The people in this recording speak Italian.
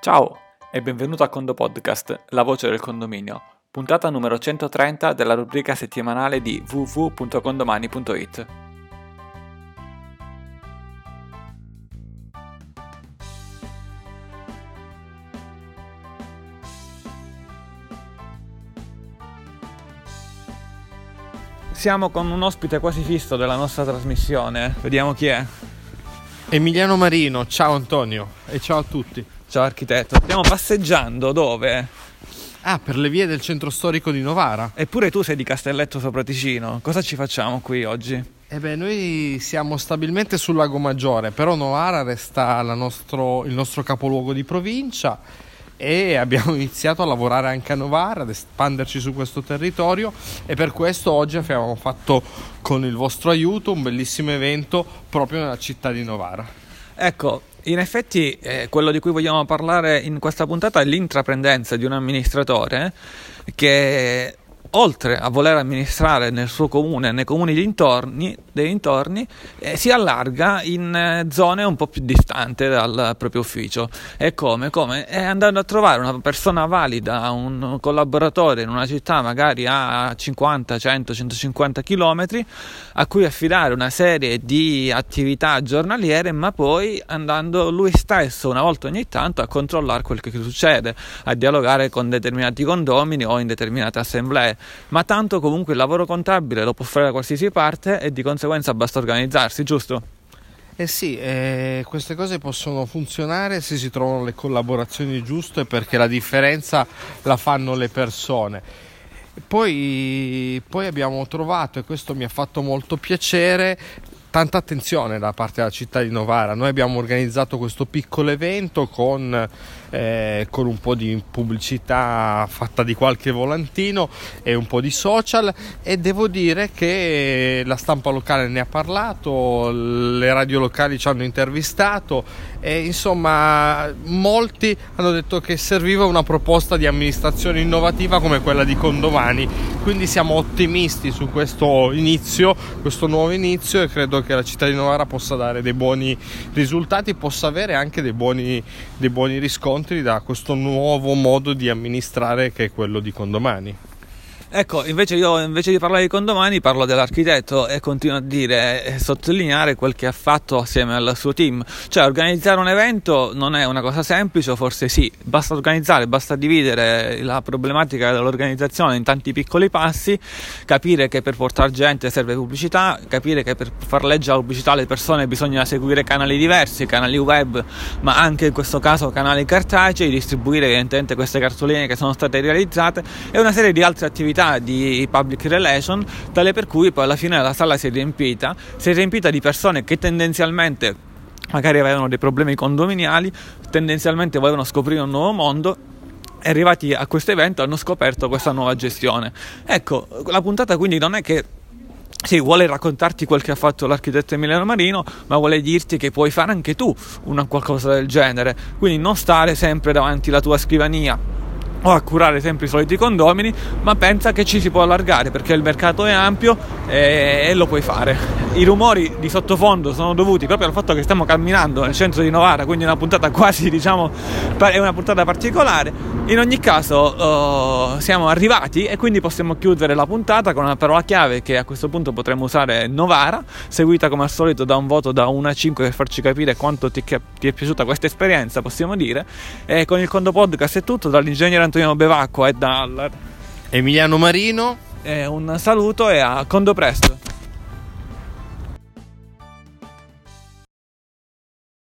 Ciao e benvenuto a Condo Podcast, la voce del condominio, puntata numero 130 della rubrica settimanale di www.condomani.it. Siamo con un ospite quasi fisso della nostra trasmissione, vediamo chi è. Emiliano Marino, ciao Antonio e ciao a tutti. Ciao architetto, stiamo passeggiando dove? Per le vie del centro storico di Novara. Eppure tu sei di Castelletto sopra Ticino, cosa ci facciamo qui oggi? Noi siamo stabilmente sul Lago Maggiore, però Novara resta il nostro capoluogo di provincia e abbiamo iniziato a lavorare anche a Novara, ad espanderci su questo territorio e per questo oggi abbiamo fatto con il vostro aiuto un bellissimo evento proprio nella città di Novara. Ecco, in effetti quello di cui vogliamo parlare in questa puntata è l'intraprendenza di un amministratore che oltre a voler amministrare nel suo comune, nei comuni dei dintorni, si allarga in zone un po' più distanti dal proprio ufficio. E come? Andando a trovare una persona valida, un collaboratore in una città magari a 50, 100, 150 chilometri, a cui affidare una serie di attività giornaliere, ma poi andando lui stesso una volta ogni tanto a controllare quel che succede, a dialogare con determinati condomini o in determinate assemblee. Ma tanto comunque il lavoro contabile lo può fare da qualsiasi parte e di conseguenza basta organizzarsi, giusto? Sì, queste cose possono funzionare se si trovano le collaborazioni giuste, perché la differenza la fanno le persone. Poi abbiamo trovato, e questo mi ha fatto molto piacere, tanta attenzione da parte della città di Novara. Noi abbiamo organizzato questo piccolo evento con un po' di pubblicità fatta di qualche volantino e un po' di social, e devo dire che la stampa locale ne ha parlato, le radio locali ci hanno intervistato e insomma molti hanno detto che serviva una proposta di amministrazione innovativa come quella di Condomani, quindi siamo ottimisti su questo nuovo inizio e credo che la città di Novara possa dare dei buoni risultati, possa avere anche dei buoni riscontri da questo nuovo modo di amministrare che è quello di Condomani. Ecco, invece di parlare di Condomani parlo dell'architetto e continuo a dire e sottolineare quel che ha fatto assieme al suo team. Cioè, organizzare un evento non è una cosa semplice, o forse sì, basta organizzare, basta dividere la problematica dell'organizzazione in tanti piccoli passi, capire che per portare gente serve pubblicità, capire che per far leggere la pubblicità alle persone bisogna seguire canali diversi, canali web, ma anche in questo caso canali cartacei, distribuire evidentemente queste cartoline che sono state realizzate e una serie di altre attività di public relation, tale per cui poi alla fine la sala si è riempita di persone che tendenzialmente magari avevano dei problemi condominiali, tendenzialmente volevano scoprire un nuovo mondo e arrivati a questo evento hanno scoperto questa nuova gestione. Ecco, la puntata quindi non è che vuole raccontarti quel che ha fatto l'architetto Emiliano Marino, ma vuole dirti che puoi fare anche tu qualcosa del genere, quindi non stare sempre davanti alla tua scrivania o a curare sempre i soliti condomini, ma pensa che ci si può allargare perché il mercato è ampio e lo puoi fare. I rumori di sottofondo sono dovuti proprio al fatto che stiamo camminando nel centro di Novara, quindi è una puntata quasi, è una puntata particolare. In ogni caso siamo arrivati e quindi possiamo chiudere la puntata con una parola chiave che a questo punto potremmo usare: Novara, seguita come al solito da un voto da 1 a 5 per farci capire quanto ti è piaciuta questa esperienza, possiamo dire. E con il Condo Podcast è tutto, dall'ingegnere Antonio Bevacqua e dal Emiliano Marino. Un saluto e a Condo presto.